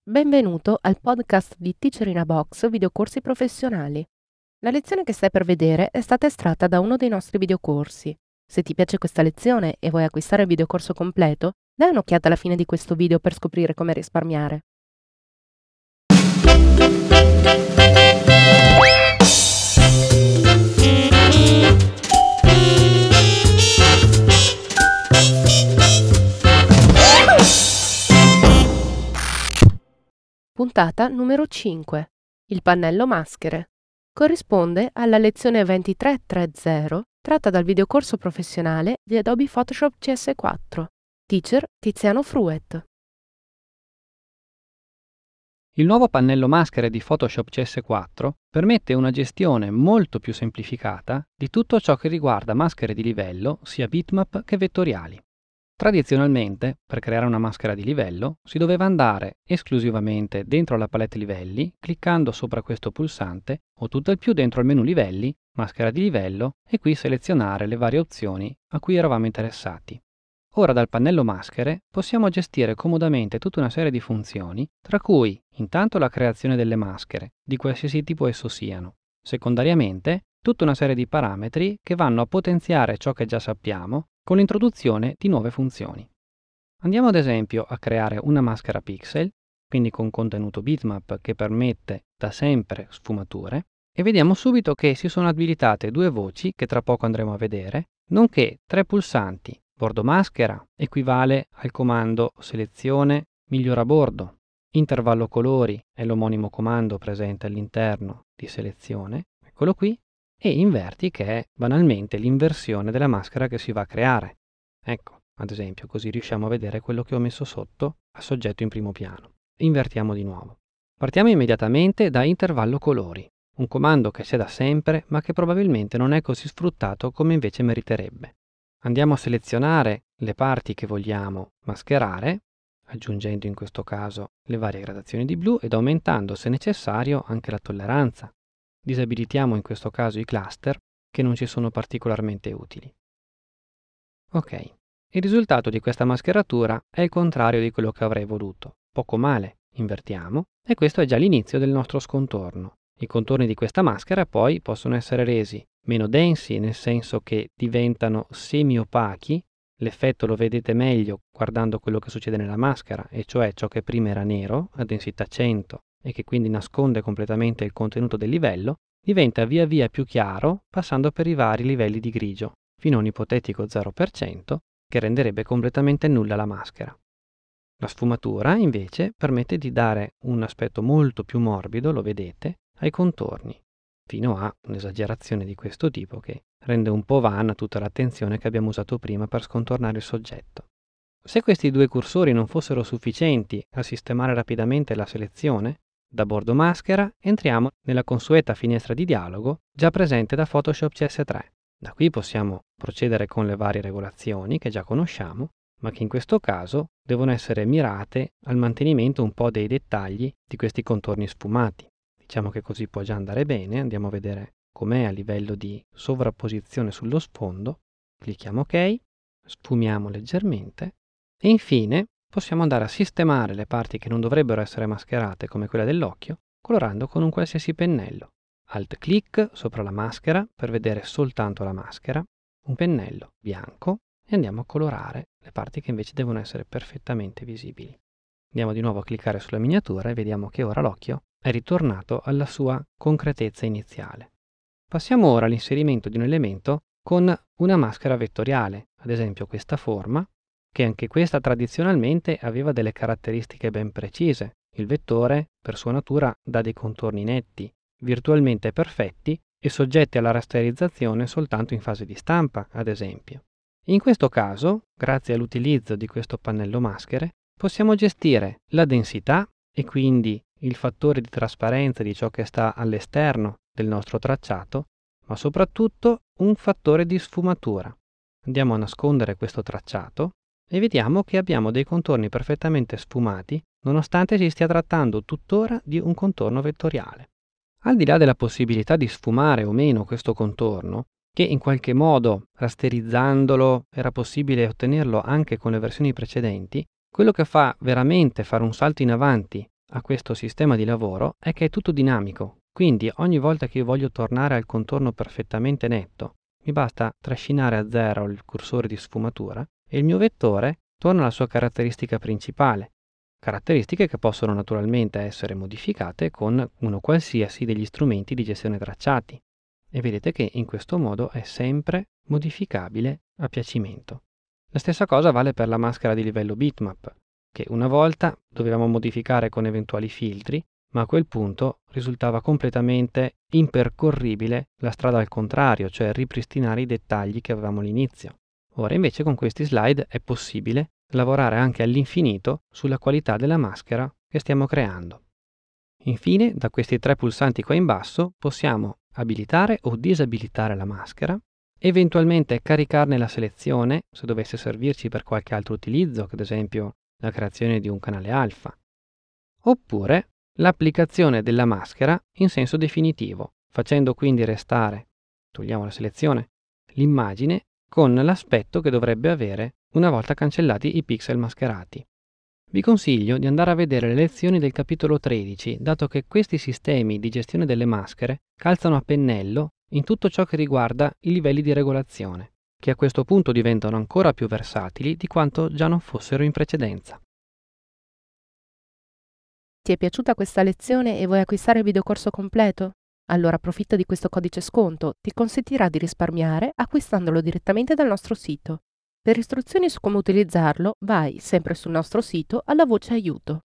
Benvenuto al podcast di Teacher in a Box videocorsi professionali. La lezione che stai per vedere è stata estratta da uno dei nostri videocorsi. Se ti piace questa lezione e vuoi acquistare il videocorso completo, dai un'occhiata alla fine di questo video per scoprire come risparmiare. Puntata numero 5. Il pannello maschere. Corrisponde alla lezione 2330 tratta dal videocorso professionale di Adobe Photoshop CS4. Teacher Tiziano Fruet. Il nuovo pannello maschere di Photoshop CS4 permette una gestione molto più semplificata di tutto ciò che riguarda maschere di livello, sia bitmap che vettoriali. Tradizionalmente, per creare una maschera di livello, si doveva andare esclusivamente dentro la palette livelli, cliccando sopra questo pulsante, o tutt'al più dentro il menu livelli, maschera di livello, e qui selezionare le varie opzioni a cui eravamo interessati. Ora dal pannello maschere possiamo gestire comodamente tutta una serie di funzioni, tra cui intanto la creazione delle maschere, di qualsiasi tipo esso siano, secondariamente tutta una serie di parametri che vanno a potenziare ciò che già sappiamo con l'introduzione di nuove funzioni. Andiamo ad esempio a creare una maschera pixel, quindi con contenuto bitmap che permette da sempre sfumature, e vediamo subito che si sono abilitate due voci che tra poco andremo a vedere, nonché tre pulsanti. Bordo maschera equivale al comando selezione migliora bordo. Intervallo colori è l'omonimo comando presente all'interno di selezione, eccolo qui, e inverti che è banalmente l'inversione della maschera che si va a creare. Ecco, ad esempio, così riusciamo a vedere quello che ho messo sotto a soggetto in primo piano. Invertiamo di nuovo. Partiamo immediatamente da intervallo colori, un comando che c'è da sempre ma che probabilmente non è così sfruttato come invece meriterebbe. Andiamo a selezionare le parti che vogliamo mascherare, aggiungendo in questo caso le varie gradazioni di blu ed aumentando se necessario anche la tolleranza. Disabilitiamo in questo caso i cluster che non ci sono particolarmente utili. Ok, il risultato di questa mascheratura è il contrario di quello che avrei voluto. Poco male, invertiamo, e questo è già l'inizio del nostro scontorno. I contorni di questa maschera poi possono essere resi meno densi, nel senso che diventano semi-opachi. L'effetto lo vedete meglio guardando quello che succede nella maschera, e cioè ciò che prima era nero, a densità 100, e che quindi nasconde completamente il contenuto del livello, diventa via via più chiaro passando per i vari livelli di grigio, fino a un ipotetico 0%, che renderebbe completamente nulla la maschera. La sfumatura, invece, permette di dare un aspetto molto più morbido, lo vedete, ai contorni, fino a un'esagerazione di questo tipo che rende un po' vana tutta l'attenzione che abbiamo usato prima per scontornare il soggetto. Se questi due cursori non fossero sufficienti a sistemare rapidamente la selezione, da bordo maschera entriamo nella consueta finestra di dialogo già presente da Photoshop CS3. Da qui possiamo procedere con le varie regolazioni che già conosciamo, ma che in questo caso devono essere mirate al mantenimento un po' dei dettagli di questi contorni sfumati. Diciamo che così può già andare bene. Andiamo a vedere com'è a livello di sovrapposizione sullo sfondo. Clicchiamo OK, sfumiamo leggermente e infine possiamo andare a sistemare le parti che non dovrebbero essere mascherate come quella dell'occhio, colorando con un qualsiasi pennello. Alt-clic sopra la maschera per vedere soltanto la maschera, un pennello bianco e andiamo a colorare le parti che invece devono essere perfettamente visibili. Andiamo di nuovo a cliccare sulla miniatura e vediamo che ora l'occhio è ritornato alla sua concretezza iniziale. Passiamo ora all'inserimento di un elemento con una maschera vettoriale, ad esempio questa forma, che anche questa tradizionalmente aveva delle caratteristiche ben precise. Il vettore, per sua natura, dà dei contorni netti, virtualmente perfetti e soggetti alla rasterizzazione soltanto in fase di stampa, ad esempio. In questo caso, grazie all'utilizzo di questo pannello maschere, possiamo gestire la densità e quindi il fattore di trasparenza di ciò che sta all'esterno del nostro tracciato, ma soprattutto un fattore di sfumatura. Andiamo a nascondere questo tracciato e vediamo che abbiamo dei contorni perfettamente sfumati, nonostante si stia trattando tuttora di un contorno vettoriale. Al di là della possibilità di sfumare o meno questo contorno, che in qualche modo rasterizzandolo era possibile ottenerlo anche con le versioni precedenti, quello che fa veramente fare un salto in avanti a questo sistema di lavoro è che è tutto dinamico, quindi ogni volta che io voglio tornare al contorno perfettamente netto, mi basta trascinare a zero il cursore di sfumatura e il mio vettore torna alla sua caratteristica principale, caratteristiche che possono naturalmente essere modificate con uno qualsiasi degli strumenti di gestione tracciati. E vedete che in questo modo è sempre modificabile a piacimento. La stessa cosa vale per la maschera di livello bitmap, che una volta dovevamo modificare con eventuali filtri, ma a quel punto risultava completamente impercorribile la strada al contrario, cioè ripristinare i dettagli che avevamo all'inizio. Ora invece con questi slide è possibile lavorare anche all'infinito sulla qualità della maschera che stiamo creando. Infine, da questi 3 pulsanti qua in basso possiamo abilitare o disabilitare la maschera, eventualmente caricarne la selezione se dovesse servirci per qualche altro utilizzo, che ad esempio la creazione di un canale alfa, oppure l'applicazione della maschera in senso definitivo, facendo quindi restare, togliamo la selezione, l'immagine con l'aspetto che dovrebbe avere una volta cancellati i pixel mascherati. Vi consiglio di andare a vedere le lezioni del capitolo 13, dato che questi sistemi di gestione delle maschere calzano a pennello in tutto ciò che riguarda i livelli di regolazione, che a questo punto diventano ancora più versatili di quanto già non fossero in precedenza. Ti è piaciuta questa lezione e vuoi acquistare il videocorso completo? Allora approfitta di questo codice sconto, ti consentirà di risparmiare acquistandolo direttamente dal nostro sito. Per istruzioni su come utilizzarlo, vai sempre sul nostro sito alla voce aiuto.